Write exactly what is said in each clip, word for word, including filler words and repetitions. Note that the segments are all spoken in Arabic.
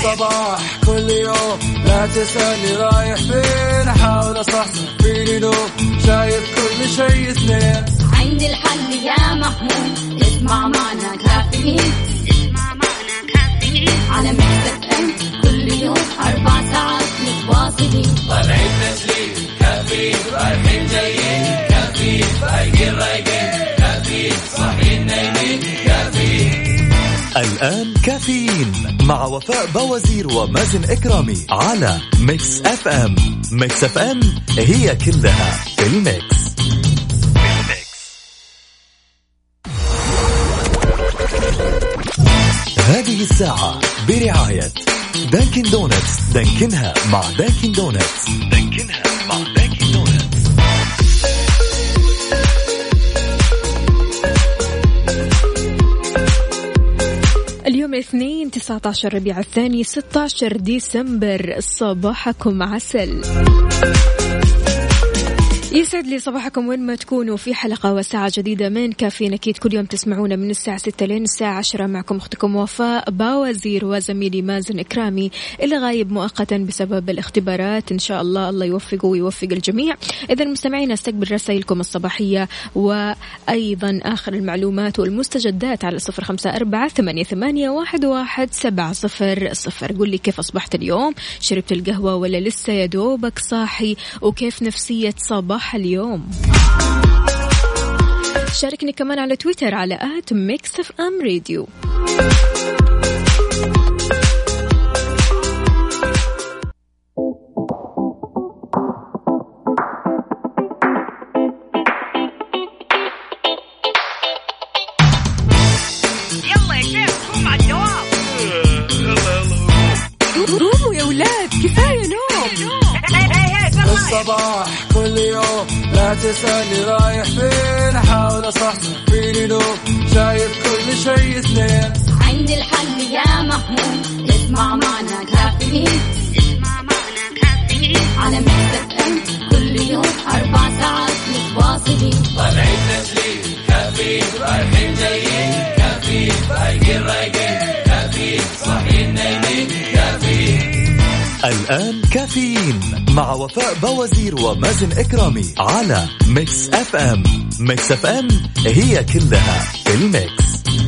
الصباح كل يوم لا تسألني رايح فين أحاول أصحصح فيني لو شايف كل شيء اثنين عندي الحل يا محمود اسمع معنا كافيين اسمع معنا كافيين على ميكس اف ام كل يوم أربع ساعات متواصلين طالعين تسليم كافيين رايحين جايين كافيين فايقين رايقين كافيين صاحيين نايمين كافيين. الآن كافيين مع وفاء بوازير ومازن إكرامي على ميكس اف ام. ميكس اف ام هي كلها في الميكس. هذه الساعة برعاية دانكن دونتس. دانكنها مع دانكن دونتس. دانكنها مع دانكن دونتس. اليوم الاثنين تسعة عشر ربيع الثاني ستة عشر ديسمبر. صباحكم عسل، يسعد لي صباحكم وين ما تكونوا في حلقة وساعة جديدة من كافيين. أكيد كل يوم تسمعونا من الساعة ستة لين الساعة عشرة. معكم أختكم وفاء باوزير وزميلي مازن إكرامي اللي غايب مؤقتا بسبب الاختبارات. إن شاء الله الله يوفقه ويوفق الجميع. إذا مستمعين استقبل رسائلكم الصباحية وأيضا آخر المعلومات والمستجدات على صفر خمسة أربعة ثمانية ثمانية واحد واحد سبعة صفر صفر. قل لي كيف أصبحت اليوم، شربت القهوة ولا لسه يا دوبك صاحي، وكيف نفسية صباح اليوم. شاركني كمان على تويتر على آت ميكس اف ام راديو. يلا يا شيخ قوم على الدوام. قوموا يا ولاد كفاية نوم. الصباح كل يوم لا تسألني رايح فين أحاول أصحصح فيني لو شايف كل شيء اثنين عندي الحل يا محمود اسمع معنا كافيين اسمع معنا كافيين على ميكس اف ام كل يوم أربع ساعات متواصلين طالعين تسليم كافيين رايحين جايين كافيين فايقين رايقين كافيين صاحيين نايمين كافيين. الآن كافيين مع وفاء بوازير ومازن إكرامي على ميكس اف ام. ميكس اف ام هي كلها في الميكس.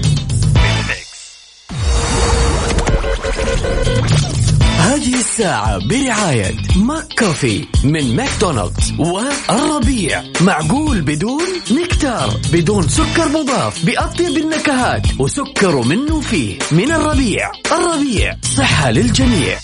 هذه الساعة برعاية ماك كوفي من ماكدونالدز والربيع. معقول بدون نكتار، بدون سكر مضاف، بأطيب النكهات وسكر منه فيه. من الربيع. الربيع صحة للجميع.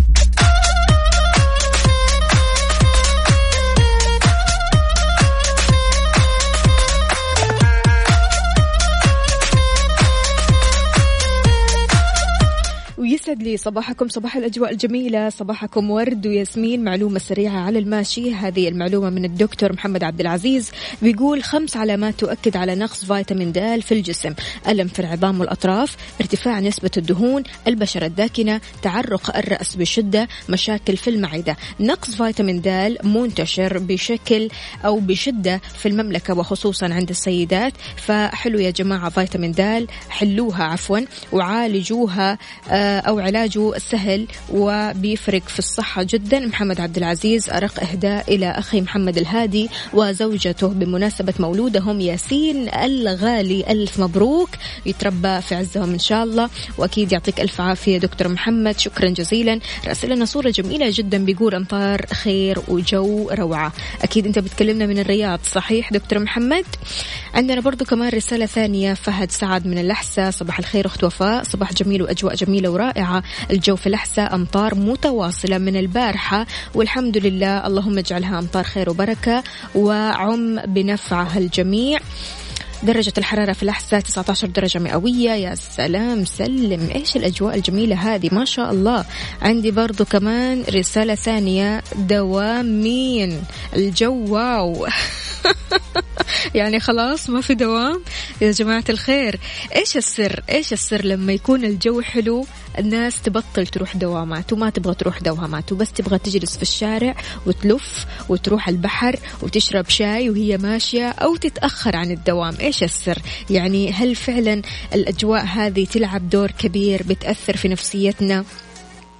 يسعد لي صباحكم، صباح الأجواء الجميلة، صباحكم ورد وياسمين. معلومة سريعة على الماشي، هذه المعلومة من الدكتور محمد عبد العزيز، بيقول خمس علامات تؤكد على نقص فيتامين د في الجسم: ألم في العظام والأطراف، ارتفاع نسبة الدهون، البشرة الداكنة، تعرق الرأس بشدة، مشاكل في المعدة. نقص فيتامين د منتشر بشكل أو بشدة في المملكة وخصوصا عند السيدات، فحلو يا جماعة فيتامين د، حلوها عفوا وعالجوها أو علاجه سهل وبيفرق في الصحة جدا. محمد عبد العزيز أرق إهداء إلى أخي محمد الهادي وزوجته بمناسبة مولودهم ياسين الغالي، ألف مبروك، يتربى في عزهم إن شاء الله، وأكيد يعطيك ألف عافية دكتور محمد، شكرا جزيلا. راسل لنا صورة جميلة جدا بيقول أمطار خير وجو روعة. أكيد أنت بتكلمنا من الرياض صحيح دكتور محمد؟ عندنا برضو كمان رسالة ثانية، فهد سعد من الأحساء، صباح الخير أخت وفاء، صباح جميل وأجواء جميلة ورائعة. الجو في الأحساء أمطار متواصلة من البارحة والحمد لله، اللهم اجعلها أمطار خير وبركة وعم بنفعها الجميع. درجة الحرارة في الأحساء تسعة عشر درجة مئوية. يا سلام سلم، إيش الأجواء الجميلة هذه ما شاء الله. عندي برضو كمان رسالة ثانية، دوامين الجو واو يعني خلاص ما في دوام يا جماعة الخير. إيش السر؟ إيش السر لما يكون الجو حلو الناس تبطل تروح دوامات وما تبغى تروح دوامات وبس تبغى تجلس في الشارع وتلف وتروح البحر وتشرب شاي وهي ماشية أو تتأخر عن الدوام؟ إيش السر؟ يعني هل فعلا الأجواء هذه تلعب دور كبير بتأثر في نفسيتنا؟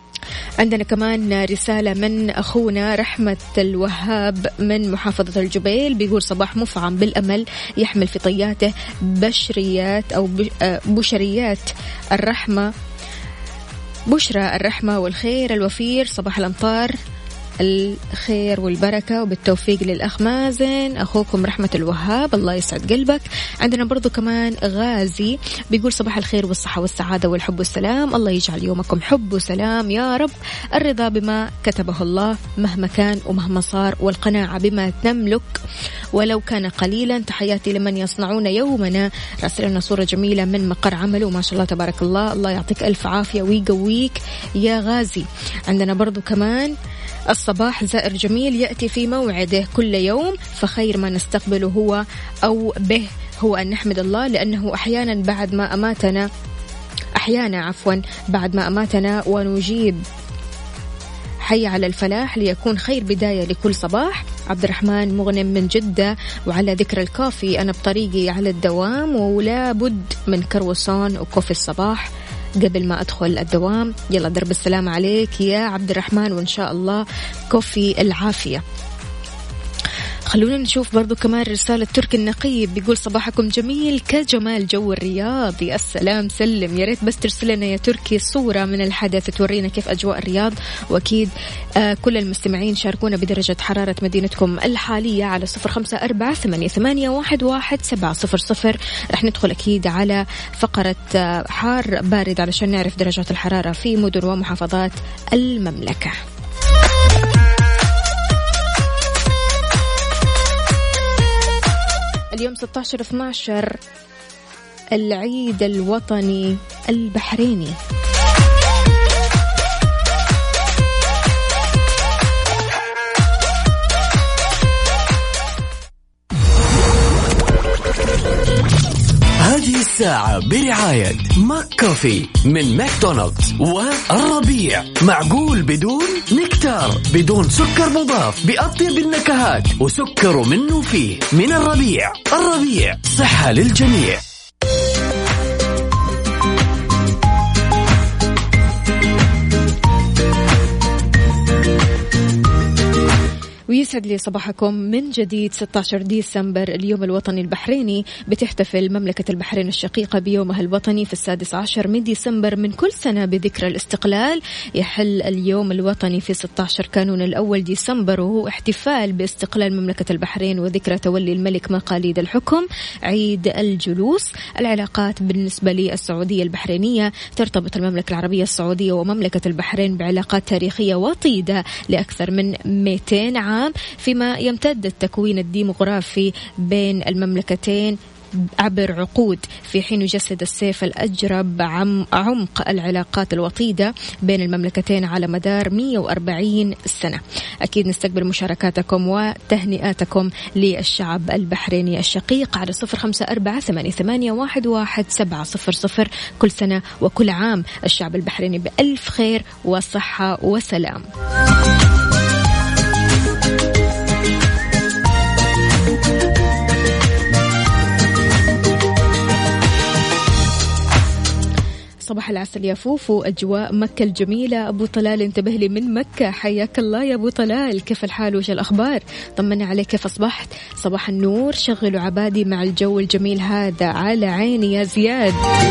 عندنا كمان رسالة من أخونا رحمة الوهاب من محافظة الجبيل، بيقول صباح مفعم بالأمل يحمل في طياته بشريات أو بشريات الرحمة، بشرى الرحمة والخير الوفير، صباح الأمطار الخير والبركة وبالتوفيق للأخ مازن. أخوكم رحمة الوهاب، الله يسعد قلبك. عندنا برضو كمان غازي بيقول صباح الخير والصحة والسعادة والحب والسلام، الله يجعل يومكم حب وسلام يا رب، الرضا بما كتبه الله مهما كان ومهما صار، والقناعة بما تملك ولو كان قليلا. تحياتي لمن يصنعون يومنا. راسلنا صورة جميلة من مقر عمله، ما شاء الله تبارك الله، الله يعطيك ألف عافية ويقويك يا غازي. عندنا برضو كمان الصباح زائر جميل يأتي في موعده كل يوم، فخير ما نستقبله هو أو به هو أن نحمد الله، لأنه أحيانا بعد ما أماتنا أحيانا عفوا بعد ما أماتنا ونجيب حي على الفلاح ليكون خير بداية لكل صباح. عبد الرحمن مغنم من جدة. وعلى ذكر الكافي، أنا بطريقي على الدوام ولا بد من كروسون وكوفي الصباح قبل ما أدخل الدوام. يلا درب السلام عليك يا عبد الرحمن، وإن شاء الله كوفي العافية. خلونا نشوف برضو كمان رسالة تركي النقيب، بيقول صباحكم جميل كجمال جو الرياض. يا السلام سلم، يا ريت بس ترسل لنا يا تركي صورة من الحدث تورينا كيف أجواء الرياض. وأكيد آه كل المستمعين شاركونا بدرجة حرارة مدينتكم الحالية على صفر خمسة أربعة ثمانية ثمانية واحد واحد سبعة صفر صفر. رح ندخل أكيد على فقرة آه حار بارد علشان نعرف درجات الحرارة في مدن ومحافظات المملكة. اليوم ستة عشر اثنا عشر العيد الوطني البحريني. هذه الساعة برعاية ماك كوفي من ماكدونالدز والربيع، معقول بدون نكتار بدون سكر مضاف بأطيب النكهات وسكر منه فيه من الربيع. الربيع صحة للجميع. ويسعد لي صباحكم من جديد. ستة عشر ديسمبر اليوم الوطني البحريني، بتحتفل مملكة البحرين الشقيقة بيومها الوطني في السادس عشر من ديسمبر من كل سنة بذكرى الاستقلال. يحل اليوم الوطني في ستة عشر كانون الأول ديسمبر، وهو احتفال باستقلال مملكة البحرين وذكرى تولي الملك مقاليد الحكم. عيد الجلوس. العلاقات بالنسبة للسعودية البحرينية، ترتبط المملكة العربية السعودية ومملكة البحرين بعلاقات تاريخية وطيدة لأكثر من مئتين عام، فيما يمتد التكوين الديمغرافي بين المملكتين عبر عقود، في حين يجسد السيف الأجرب عمق العلاقات الوطيدة بين المملكتين على مدار مئة وأربعين سنة. أكيد نستقبل مشاركاتكم وتهنئاتكم للشعب البحريني الشقيق على صفر خمسة أربعة ثمانية ثمانية واحد واحد سبعة صفر صفر. كل سنة وكل عام الشعب البحريني بألف خير وصحة وسلام. صباح العسل يا فوفو، أجواء مكة الجميلة. أبو طلال انتبه لي من مكة، حياك الله يا أبو طلال، كيف الحال وش الأخبار؟ طمنا عليك، كيف أصبحت؟ صباح النور، شغلوا عبادي مع الجو الجميل هذا، على عيني يا زياد.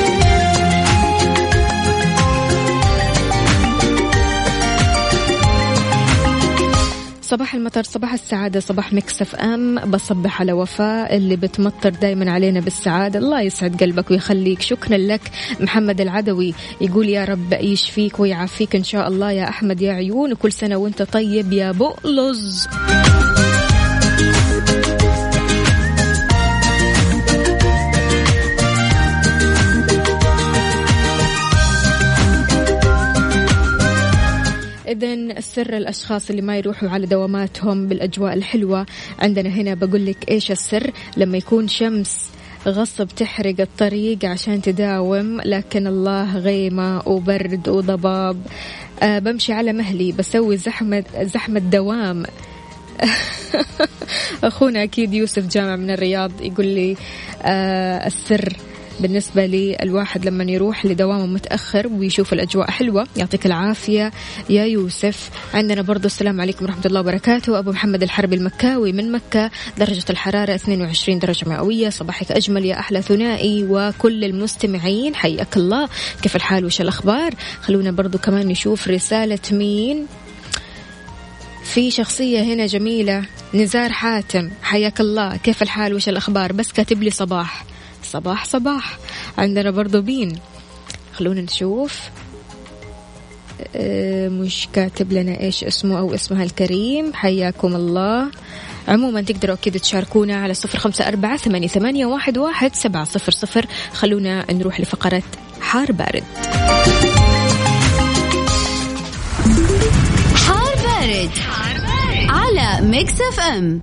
صباح المطر، صباح السعادة، صباح ميكس اف ام. بصبح على وفاء اللي بتمطر دايما علينا بالسعادة، الله يسعد قلبك ويخليك، شكرا لك. محمد العدوي يقول يا رب يشفيك ويعافيك إن شاء الله يا أحمد يا عيون، وكل سنة وانت طيب يا بؤلز. إذن السر الأشخاص اللي ما يروحوا على دواماتهم بالأجواء الحلوة، عندنا هنا بقول لك إيش السر. لما يكون شمس غصب تحرق الطريق عشان تداوم، لكن الله غيمة وبرد وضباب. أه بمشي على مهلي، بسوي زحمة زحمة دوام. أخونا أكيد يوسف جامع من الرياض يقول لي أه السر بالنسبة للواحد لما يروح لدوامه متأخر ويشوف الأجواء حلوة. يعطيك العافية يا يوسف. عندنا برضو السلام عليكم ورحمة الله وبركاته. أبو محمد الحربي المكاوي من مكة، درجة الحرارة اثنين وعشرين درجة مئوية. صباحك أجمل يا أحلى ثنائي وكل المستمعين، حياك الله. كيف الحال وش الأخبار؟ خلونا برضو كمان نشوف رسالة مين. في شخصية هنا جميلة، نزار حاتم، حياك الله. كيف الحال وش الأخبار؟ بس كاتب لي صباح صباح صباح. عندنا برضو بين، خلونا نشوف. أه مش كاتب لنا إيش اسمه أو اسمها الكريم. حياكم الله. عموما تقدروا أكيد تشاركونا على صفر خمسة أربعة ثمانية ثمانية واحد واحد سبعة صفر صفر. خلونا نروح لفقرة حار بارد. حار بارد على ميكس اف ام.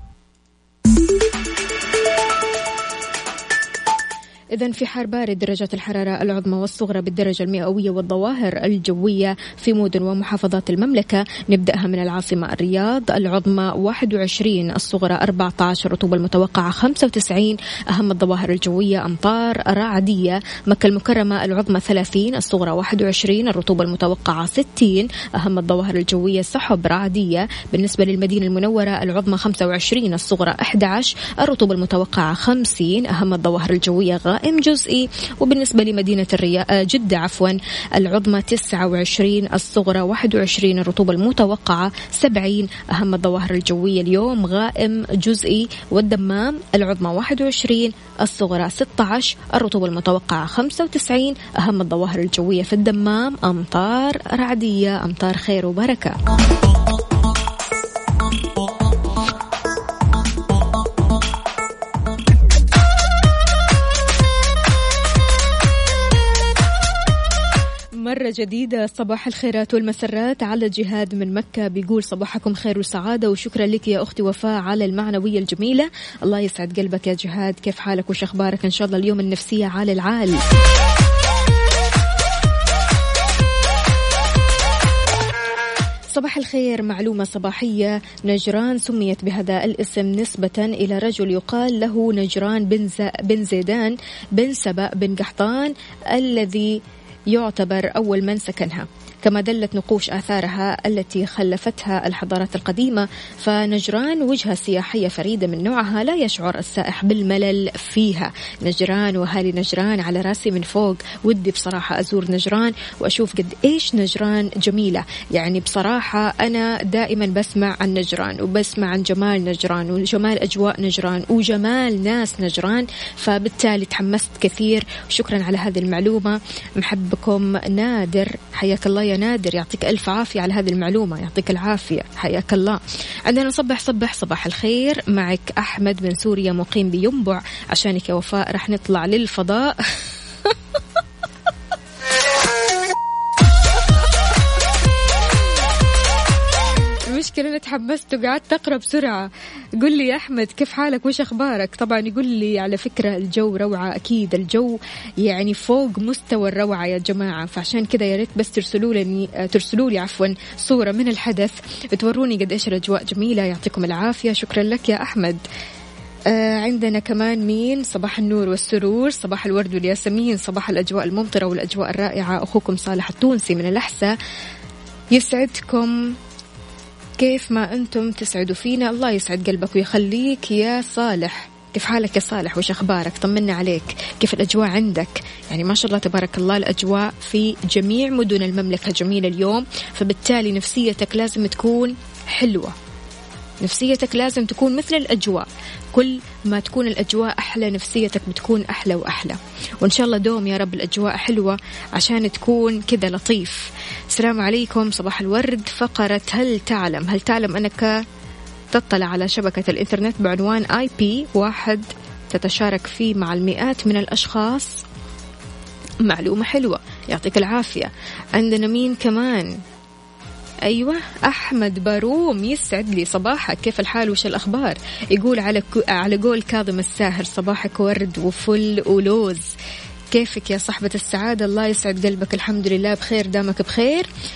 إذن في حار بارد، درجات الحرارة العظمى والصغرى بالدرجة المئوية والظواهر الجوية في مدن ومحافظات المملكة. نبدأها من العاصمة الرياض، العظمى واحد وعشرين، الصغرى أربعة عشر، الرطوبة المتوقعة خمسة وتسعين. أهم الظواهر الجوية أمطار رعدية. مكة المكرمة العظمى ثلاثين، الصغرى واحد وعشرين، الرطوبة المتوقعة ستين. أهم الظواهر الجوية سحب رعدية. بالنسبة للمدينة المنورة العظمى خمسة وعشرين، الصغرى أحد عشر، الرطوبة المتوقعة خمسين. أهم الظواهر الجوية غائم جزئي. وبالنسبة لمدينة الرياض جدة عفوا العظمى تسعة وعشرين، الصغرى واحد وعشرين، الرطوبة المتوقعة سبعين. أهم الظواهر الجوية اليوم غائم جزئي. والدمام العظمى واحد وعشرين، الصغرى ستة عشر، الرطوبة المتوقعة خمسة وتسعين. أهم الظواهر الجوية في الدمام أمطار رعدية، أمطار خير وبركة. مرة جديدة، صباح الخيرات والمسرات على جهاد من مكة. بيقول صباحكم خير وسعادة وشكرا لك يا أختي وفاء على المعنوية الجميلة. الله يسعد قلبك يا جهاد. كيف حالك وش أخبارك؟ إن شاء الله اليوم النفسية على العال. صباح الخير. معلومة صباحية، نجران سميت بهذا الاسم نسبة إلى رجل يقال له نجران بن, ز... بن زيدان بن سبأ بن قحطان الذي يعتبر أول من سكنها، كما دلت نقوش آثارها التي خلفتها الحضارات القديمة. فنجران وجهة سياحية فريدة من نوعها، لا يشعر السائح بالملل فيها. نجران وهالي نجران على راسي من فوق. ودي بصراحة أزور نجران وأشوف قد إيش نجران جميلة. يعني بصراحة أنا دائما بسمع عن نجران وبسمع عن جمال نجران وجمال أجواء نجران وجمال ناس نجران، فبالتالي تحمست كثير. وشكرا على هذه المعلومة. محبكم نادر، حياك الله يا نادر، يعطيك ألف عافية على هذه المعلومة، يعطيك العافية، حياك الله. عندنا صبح صبح صباح الخير. معك أحمد من سوريا مقيم بينبع. عشانك يا وفاء رح نطلع للفضاء. المشكلة أنا تحمست وقعدت أقرأ بسرعة. قل لي يا أحمد كيف حالك وش أخبارك؟ طبعا يقول لي على فكرة الجو روعة. أكيد الجو يعني فوق مستوى الروعة يا جماعة، فعشان كذا يا ريت بس ترسلوا لي ترسلوا لي عفوا صورة من الحدث توروني قد إيش الأجواء جميلة. يعطيكم العافية. شكرا لك يا أحمد. آه عندنا كمان مين؟ صباح النور والسرور، صباح الورد والياسمين، صباح الأجواء الممطرة والأجواء الرائعة. أخوكم صالح التونسي من الأحساء. يسعدكم كيف ما أنتم تسعدوا فينا. الله يسعد قلبك ويخليك يا صالح. كيف حالك يا صالح وش أخبارك؟ طمنا عليك. كيف الأجواء عندك؟ يعني ما شاء الله تبارك الله الأجواء في جميع مدن المملكة جميلة اليوم، فبالتالي نفسيتك لازم تكون حلوة. نفسيتك لازم تكون مثل الأجواء. كل ما تكون الأجواء أحلى نفسيتك بتكون أحلى وأحلى. وإن شاء الله دوم يا رب الأجواء حلوة عشان تكون كذا لطيف. السلام عليكم صباح الورد. فقرة هل تعلم هل تعلم أنك تطلع على شبكة الإنترنت بعنوان آي بي واحد تتشارك فيه مع المئات من الأشخاص؟ معلومة حلوة، يعطيك العافية. عندنا مين كمان؟ أيوة أحمد باروم، يسعد لي صباحك. كيف الحال وش الأخبار؟ يقول على على قول كاظم الساهر صباحك ورد وفل ولوز. كيفك يا صاحبة السعادة؟ الله يسعد قلبك. الحمد لله بخير، دامك بخير.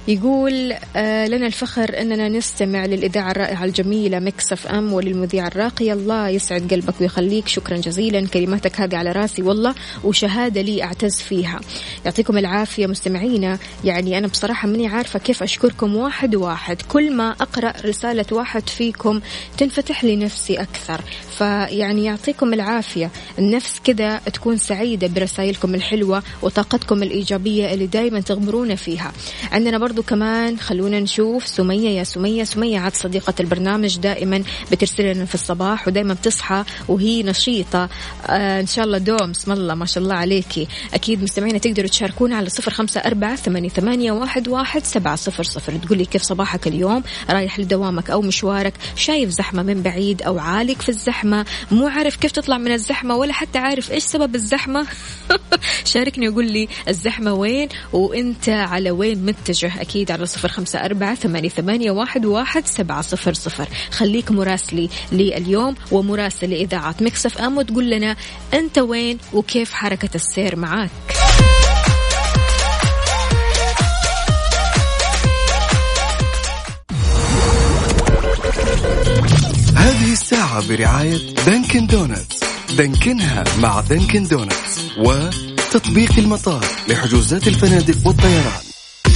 يقول آه لنا الفخر أننا نستمع للإذاعة الرائعة الجميلة ميكس اف ام وللمذيع الراقي. الله يسعد قلبك ويخليك، شكرا جزيلا، كلماتك هذه على راسي والله وشهادة لي أعتز فيها. يعطيكم العافية مستمعينا. يعني أنا بصراحة مني عارفة كيف أشكركم واحد واحد، كل ما أقرأ رسالة واحد فيكم تنفتح لي نفسي أكثر، فيعني يعطيكم العافية. النفس كذا تكون سعيدة برسائلكم الحلوة وطاقتكم الإيجابية اللي دايما تغمرونا فيها. عندنا برضو كمان خلونا نشوف سمية. يا سمية، سمية عاد صديقة البرنامج، دائما بترسل لنا في الصباح ودائما بتصحى وهي نشيطة آه إن شاء الله دوم. اسم الله ما شاء الله عليكي. أكيد مستمعينا تقدروا تشاركونا على صفر خمسة أربعة ثمانية ثمانية واحد واحد سبعة صفر صفر. تقولي كيف صباحك اليوم، رايح لدوامك أو مشوارك، شايف زحمة من بعيد أو عالق في الزحمة، مو عارف كيف تطلع من الزحمة ولا حتى عارف إيش سبب الزحمة. شاركني وقول لي الزحمة وين وإنت على وين متجه. أكيد على صفر خمسة أربعة ثمانية ثمانية واحد واحد سبعة صفر صفر. خليك مراسلي لليوم ومراسل لإذاعة ميكس اف ام وتقول لنا أنت وين وكيف حركة السير معاك. هذه الساعة برعاية دانكن دونتس. دانكنها مع دانكن دونتس وتطبيق المطار لحجوزات الفنادق والطيران.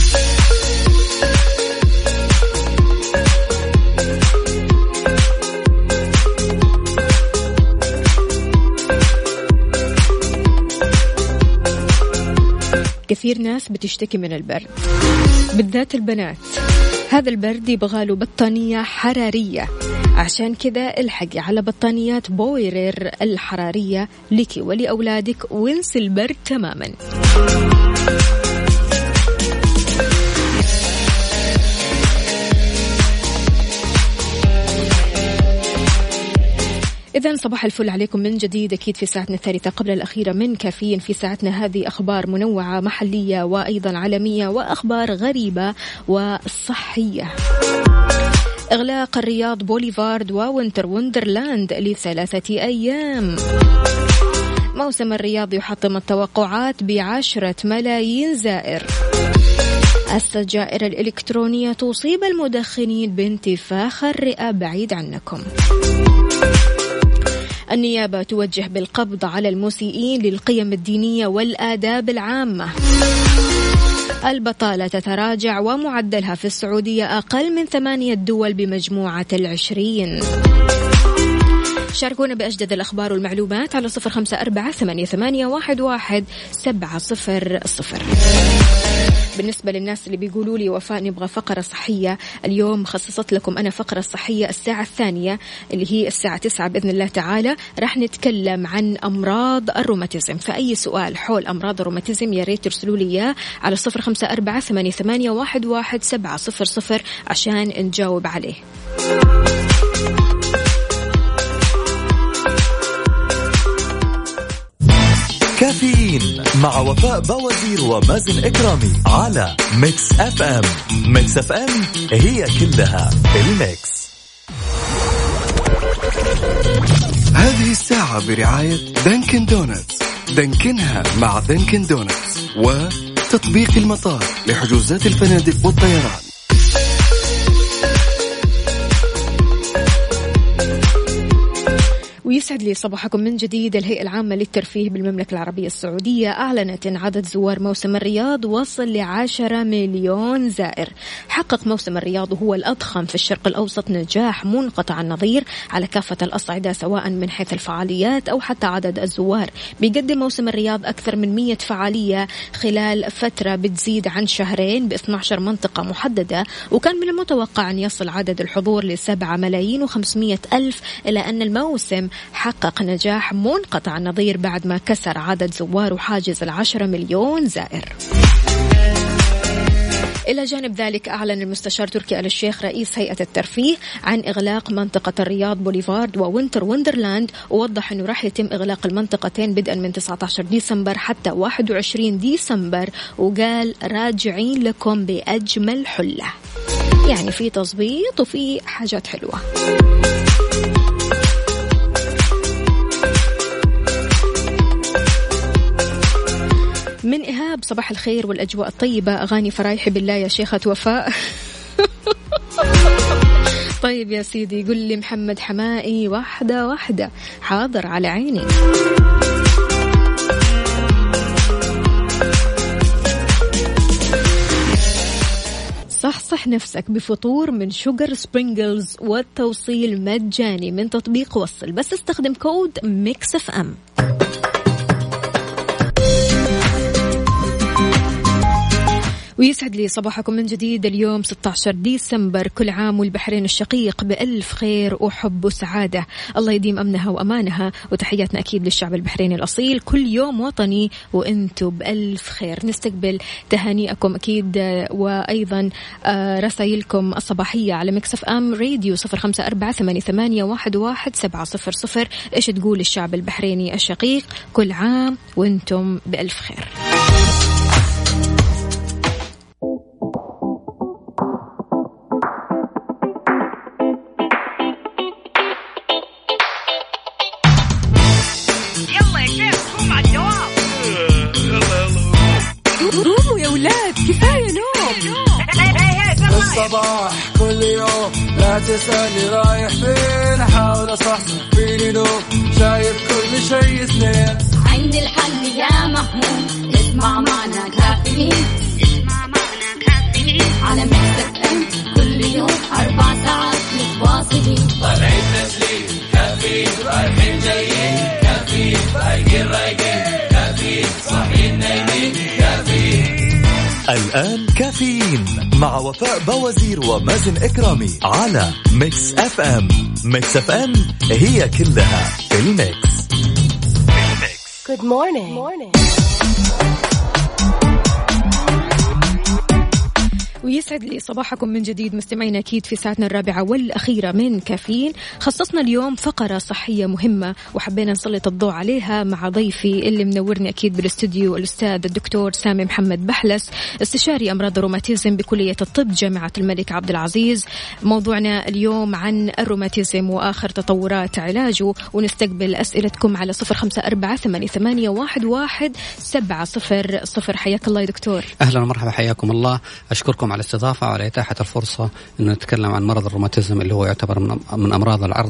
كثير ناس بتشتكي من البرد بالذات البنات. هذا البرد يبغاله بطانية حرارية، عشان كذا الحقي على بطانيات بويرر الحرارية لك ولأولادك وانسي البرد تماما. إذن صباح الفل عليكم من جديد. أكيد في ساعتنا الثالثة قبل الأخيرة من كافيين. في ساعتنا هذه أخبار منوعة محلية وأيضا عالمية وأخبار غريبة وصحية. إغلاق الرياض بوليفارد ووينتر وندرلاند لثلاثة أيام. موسم الرياض يحطم التوقعات بعشرة ملايين زائر. السجائر الإلكترونية تصيب المدخنين بانتفاخ الرئة بعيد عنكم. النيابة توجه بالقبض على المسيئين للقيم الدينية والآداب العامة. البطالة تتراجع ومعدلها في السعودية أقل من ثمانية دول بمجموعة العشرين. شاركونا بأجدد الأخبار والمعلومات على صفر خمسة أربعة ثمانية ثمانية واحد واحد سبعة صفر صفر. بالنسبة للناس اللي بيقولوا لي وفاء نبغى فقرة صحية، اليوم خصصت لكم أنا فقرة صحية الساعة الثانية اللي هي الساعة تسعة بإذن الله تعالى. راح نتكلم عن أمراض الروماتيزم. فأي سؤال حول أمراض الروماتيزم يا ريت ترسلوا لي إياه على صفر خمسة أربعة ثمانية ثمانية واحد واحد سبعة صفر صفر عشان نجاوب عليه. كافيين مع وفاء بوازير ومازن إكرامي على ميكس اف ام. ميكس اف ام هي كلها الميكس. هذه الساعة برعاية دانكن دونتس. دانكنها مع دانكن دونتس وتطبيق المطار لحجوزات الفنادق والطيران. ويسعد لي صباحكم من جديد. الهيئة العامة للترفيه بالمملكة العربية السعودية أعلنت أن عدد زوار موسم الرياض وصل لعشرة مليون زائر. حقق موسم الرياض وهو الأضخم في الشرق الأوسط نجاح منقطع النظير على كافة الأصعدة سواء من حيث الفعاليات أو حتى عدد الزوار. بيقدم موسم الرياض أكثر من مية فعالية خلال فترة بتزيد عن شهرين باثني عشر منطقة محددة، وكان من المتوقع أن يصل عدد الحضور لسبعة ملايين وخمسمية ألف، إلى أن الموسم حقق نجاح منقطع النظير بعد ما كسر عدد زواره حاجز العشرة مليون زائر. إلى جانب ذلك أعلن المستشار تركي آل الشيخ رئيس هيئة الترفيه عن إغلاق منطقة الرياض بوليفارد ووينتر وندرلاند، ووضح أنه راح يتم إغلاق المنطقتين بدءا من تسعة عشر ديسمبر حتى واحد وعشرين ديسمبر، وقال راجعين لكم بأجمل حلة. يعني في تظبيط وفي حاجات حلوة. من من إيهاب صباح الخير والأجواء الطيبة، أغاني فرايحي بالله يا شيخة وفاء. طيب يا سيدي، يقول لي محمد حمائي واحدة واحدة، حاضر على عيني. صح صح نفسك بفطور من شوغر سبرينجلز والتوصيل مجاني من تطبيق وصل، بس استخدم كود ميكس اف ام. ويسعد لي صباحكم من جديد. اليوم ستة عشر ديسمبر، كل عام والبحرين الشقيق بألف خير وحب وسعادة، الله يديم أمنها وأمانها، وتحياتنا أكيد للشعب البحريني الأصيل، كل يوم وطني وأنتم بألف خير. نستقبل تهانيئكم أكيد وأيضا رسائلكم الصباحية على ميكس اف ام راديو صفر خمسة أربعة ثمانية ثمانية واحد واحد سبعة صفر صفر. إيش تقول الشعب البحريني الشقيق؟ كل عام وأنتم بألف خير. قوموا يا ولاد، كفاية نوم. الصباح كل يوم لا تسألني رايح فين، أحاول أصحصح فيني نوم، شايف كل شيء سنين. عندي الحل يا محمود، اسمع معنا كافيين، اسمع معنا كافيين على ميكس اف ام، كل يوم أربع ساعات متواصلين. طالعين تسليم كافيين، رايحين جايين كافيين، رايقين رايقين كافيين، صاحيين نايمين كافيين. الآن كافيين مع وفاء بوازير ومازن إكرامي على ميكس اف ام. ميكس اف ام هي كلها في الميكس. Good morning. Good morning. ويسعد لي صباحكم من جديد مستمعينا، أكيد في ساعتنا الرابعة والأخيرة من كافيين. خصصنا اليوم فقرة صحية مهمة وحبينا نسلط الضوء عليها مع ضيفي اللي منورني أكيد بالاستوديو، الأستاذ الدكتور سامي محمد بحلس، استشاري أمراض الروماتيزم بكلية الطب جامعة الملك عبد العزيز. موضوعنا اليوم عن الروماتيزم وآخر تطورات علاجه، ونستقبل أسئلتكم على صفر خمسة أربعة ثمانية ثمانية واحد واحد سبعة صفر صفر. حياك الله يا دكتور. أهلا ومرحبا، حياكم الله. أشكركم على الاستضافة وعلى إتاحة الفرصة إنه نتكلم عن مرض الروماتيزم اللي هو يعتبر من من أمراض العرض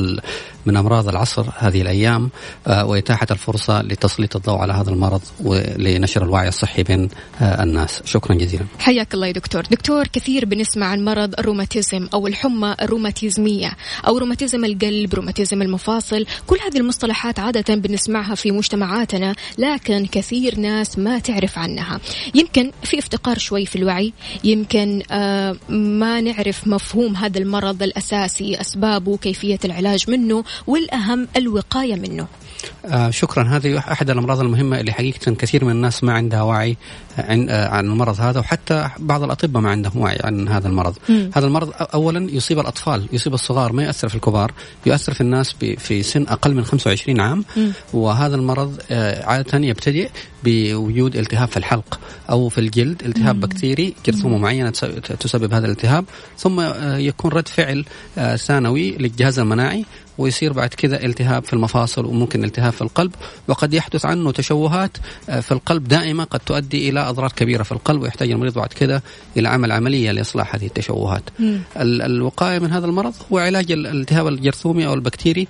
من أمراض العصر هذه الأيام، وإتاحة الفرصة لتسليط الضوء على هذا المرض ولنشر الوعي الصحي بين الناس. شكرا جزيلا. حياك الله يا دكتور. دكتور، كثير بنسمع عن مرض الروماتيزم أو الحمى الروماتيزمية أو روماتيزم القلب، روماتيزم المفاصل، كل هذه المصطلحات عادة بنسمعها في مجتمعاتنا، لكن كثير ناس ما تعرف عنها. يمكن في افتقار شوي في الوعي، يمكن آه ما نعرف مفهوم هذا المرض الأساسي، أسبابه، كيفية العلاج منه، والأهم الوقاية منه. آه شكرا. هذه أحد الأمراض المهمة اللي حقيقة كثير من الناس ما عندها وعي عن, آه عن المرض هذا، وحتى بعض الأطباء ما عندهم وعي عن هذا المرض. م. هذا المرض أولا يصيب الأطفال، يصيب الصغار، ما يؤثر في الكبار، يؤثر في الناس في سن أقل من خمسة وعشرين عام. م. وهذا المرض آه عادة يبتدئ بوجود التهاب في الحلق أو في الجلد، التهاب م. بكتيري، جرثومة معينة تسبب هذا الالتهاب، ثم آه يكون رد فعل آه ثانوي للجهاز المناعي، ويصير بعد كذا التهاب في المفاصل وممكن التهاب في القلب، وقد يحدث عنه تشوهات في القلب دائمة قد تؤدي إلى أضرار كبيرة في القلب، ويحتاج المريض بعد كده إلى عمل عملية لإصلاح هذه التشوهات. الوقاية من هذا المرض هو علاج الالتهاب الجرثومي أو البكتيري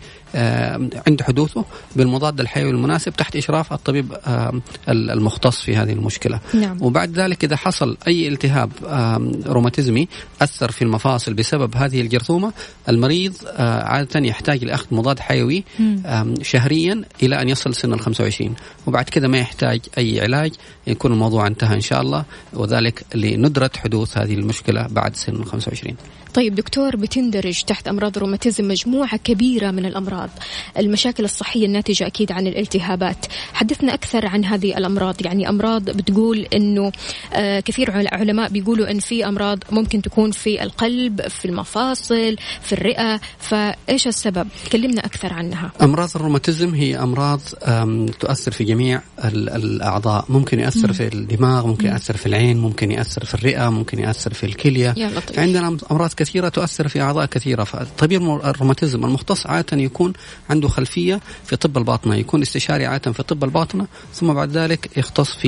عند حدوثه بالمضاد الحيوي المناسب تحت إشراف الطبيب المختص في هذه المشكلة. نعم. وبعد ذلك إذا حصل أي التهاب روماتيزمي أثر في المفاصل بسبب هذه الجرثومة، المريض عادة يحتاج لأخذ مضاد حيوي شهريا إلى أن يصل سن الخمسة وعشرين، وبعد كده ما يحتاج أي علاج، يكون الموضوع انتهى إن شاء الله، وذلك لندرة حدوث هذه المشكلة بعد سن الخمسة وعشرين. طيب دكتور، بتندرج تحت أمراض الروماتيزم مجموعة كبيرة من الأمراض، المشاكل الصحية الناتجة أكيد عن الالتهابات. حدثنا أكثر عن هذه الأمراض، يعني أمراض بتقول إنه آه كثير علماء بيقولوا إن في أمراض ممكن تكون في القلب، في المفاصل، في الرئة، فإيش السبب؟ كلمنا أكثر عنها. أمراض الروماتيزم هي أمراض تؤثر في جميع الأعضاء، ممكن يؤثر مم. في الدماغ، ممكن مم. يؤثر في العين، ممكن يؤثر في الرئة، ممكن يؤثر في الكلية. عندنا أمراض كثيرة تؤثر في أعضاء كثيرة. فطبيب الروماتيزم المختص عادة يكون عنده خلفية في طب الباطنة، يكون استشاري عادة في طب الباطنة، ثم بعد ذلك يختص في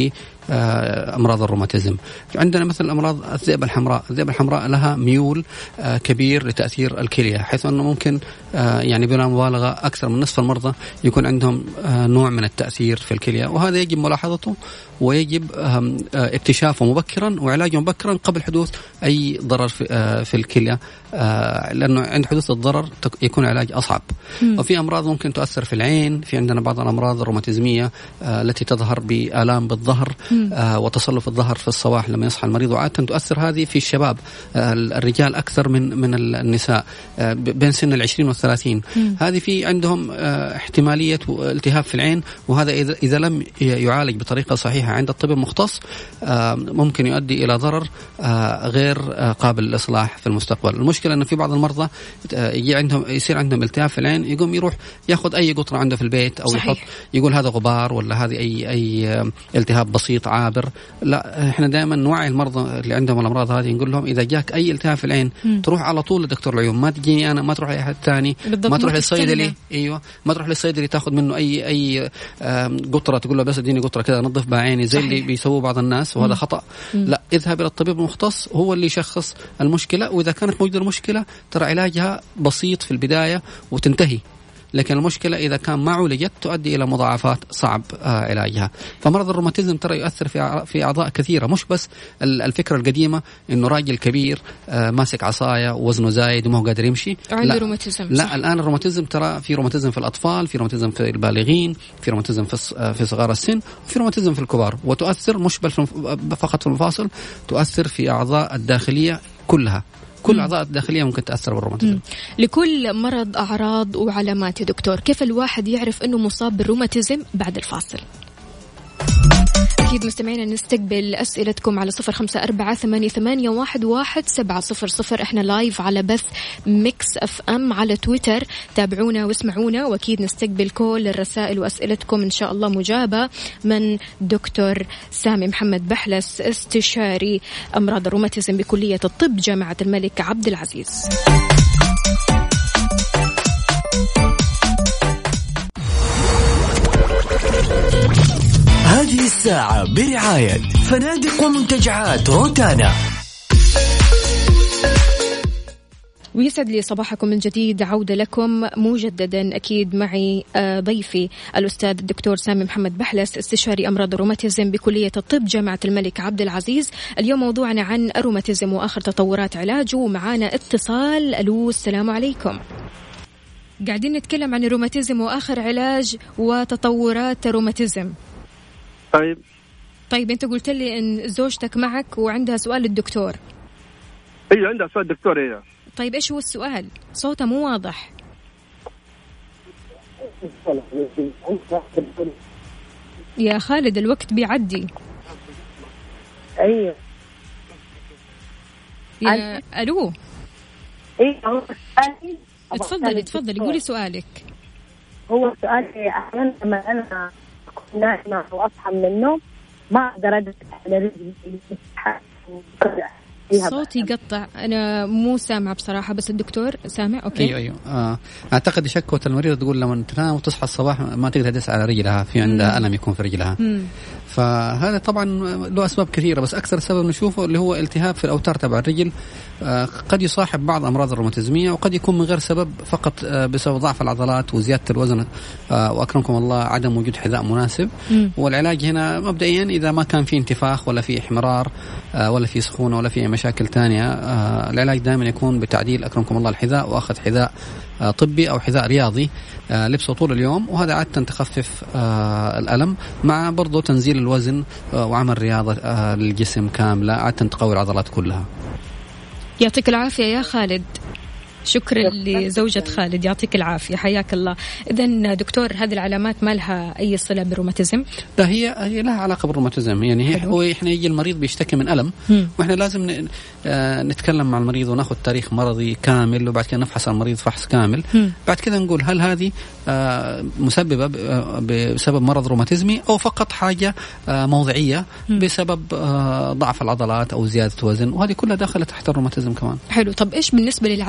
أمراض الروماتيزم. عندنا مثل أمراض الذئبة الحمراء. الذئبة الحمراء لها ميول كبير لتأثير الكلية، حيث أنه ممكن يعني بلا مبالغة أكثر من نصف المرضى يكون عندهم نوع من التأثير في الكلية، وهذا يجب ملاحظته ويجب اكتشافه مبكرا وعلاجه مبكرا قبل حدوث أي ضرر في الكلية، لأنه عند حدوث الضرر يكون علاج أصعب. م. وفي أمراض ممكن تؤثر في العين. في عندنا بعض الأمراض الروماتيزمية التي تظهر بآلام بالظهر وتصلف الظهر في الصباح لما يصحى المريض، وعادة تؤثر هذه في الشباب، الرجال أكثر من من النساء بين سن العشرين والثلاثين. هذه في عندهم احتمالية التهاب في العين، وهذا إذا لم يعالج بطريقة صحيحة عند الطب المختص ممكن يؤدي إلى ضرر غير قابل للإصلاح في المستقبل. المشكلة أن في بعض المرضى يجي عندهم يصير عندهم التهاب في العين، يقوم يروح يأخذ أي قطرة عنده في البيت أو صحيح. يحط يقول هذا غبار ولا هذه أي أي التهاب بسيط عابر. لا، إحنا دائما نوعي المرضى اللي عندهم الأمراض هذه، نقول لهم إذا جاك أي التهاب في العين م. تروح على طول لدكتور العيون، ما تجيني أنا، ما تروح لأي أحد ثاني، ما تروح للصيدلي. أيوة، ما تروح للصيدلي تأخذ منه أي أي قطرة تقول له بس اديني قطرة كذا نظف بها عيني زي صحيح. اللي بيسووه بعض الناس، وهذا م. خطأ. م. لا، اذهب إلى الطبيب المختص، هو اللي يشخص المشكلة، وإذا كانت موجودة المشكلة ترى علاجها بسيط في البداية وتنتهي. لكن المشكلة إذا كان ما عولجت تؤدي إلى مضاعفات صعب علاجها. فمرض الروماتيزم ترى يؤثر في في أعضاء كثيرة، مش بس الفكرة القديمة إنه راجل كبير ماسك عصاية ووزنه زايد وما هو قادر يمشي. عنده روماتيزم. لا، الآن الروماتيزم ترى في روماتيزم في الأطفال، في روماتيزم في البالغين، في روماتيزم في في صغار السن، وفي روماتيزم في الكبار، وتؤثر مش بل فقط في المفاصل، تؤثر في أعضاء الداخلية كلها. كل أعضاء الداخلية ممكن تأثر بالروماتيزم. لكل مرض أعراض وعلامات يا دكتور، كيف الواحد يعرف أنه مصاب بالروماتيزم؟ بعد الفاصل أكيد مستمعينا نستقبل أسئلتكم على صفر خمسة أربعة ثمانية ثمانية واحد واحد سبعة صفر صفر. إحنا لايف على بث ميكس أف أم على تويتر، تابعونا واسمعونا، وأكيد نستقبل كل الرسائل وأسئلتكم إن شاء الله مجابة من دكتور سامي محمد بحلس، استشاري أمراض الروماتيزم بكلية الطب جامعة الملك عبد العزيز. هذه الساعة برعاية فنادق ومنتجعات روتانا. ويسعد لي صباحكم من جديد، عودة لكم مجددا أكيد معي ضيفي الأستاذ الدكتور سامي محمد بحلس، استشاري أمراض الروماتيزم بكلية الطب جامعة الملك عبد العزيز. اليوم موضوعنا عن الروماتيزم وآخر تطورات علاجه، ومعانا اتصال. ألو، السلام عليكم. قاعدين نتكلم عن الروماتيزم وآخر علاج وتطورات الروماتيزم. طيب طيب أنت قلت لي إن زوجتك معك وعندها سؤال للدكتور. أيوة عندها سؤال دكتور. أيوة طيب إيش هو السؤال؟ صوته مو واضح. يا خالد الوقت بيعدي. أيوة يا ألو. أيوة اتفضلي اتفضلي قولي سؤالك. هو سؤالي أحيانا لما أنا أكون نائمة وأصحى من النوم ما أقدر أدرك على رجلي. صوتي يقطع، أنا مو سامعة بصراحة، بس الدكتور سامع. أوكي. أيوة أيوة آه. أعتقد شكوى المريضة تقول لما تنام وتصحى الصباح ما تقدر تدس على رجلها، في عندها ألم يكون في رجلها. مم. فهذا طبعا له أسباب كثيرة، بس أكثر سبب نشوفه اللي هو التهاب في الأوتار تبع الرجل. آه قد يصاحب بعض أمراض الروماتيزمية، وقد يكون من غير سبب، فقط آه بسبب ضعف العضلات وزيادة الوزن، آه وأكرمكم الله عدم وجود حذاء مناسب. مم. والعلاج هنا مبدئيا إذا ما كان في انتفاخ ولا في إحمرار آه ولا في سخونة ولا في مشاكل ثانية، آه العلاج دائما يكون بتعديل أكرمكم الله الحذاء، وأخذ حذاء آه طبي أو حذاء رياضي آه لبسه طول اليوم، وهذا عادة تخفف آه الألم، مع برضو تنزيل الوزن آه وعمل رياضة آه للجسم كاملة، عادة تقوي العضلات كلها. يعطيك العافية يا خالد. شكرا لزوجة خالد، يعطيك العافية، حياك الله. إذن دكتور هذه العلامات ما لها أي صلة بالروماتيزم؟ لا، هي هي لها علاقة بالروماتيزم. يعني هي هو إحنا يجي المريض بيشتكي من ألم، م. وإحنا لازم نتكلم مع المريض وناخذ تاريخ مرضي كامل، وبعد كده نفحص المريض فحص كامل. م. بعد كده نقول هل هذه مسببة بسبب مرض روماتيزمي أو فقط حاجة موضعية م. بسبب ضعف العضلات أو زيادة وزن، وهذه كلها داخلة تحت الروماتيزم كمان. حلو. طب إيش بالنسبة للعلامات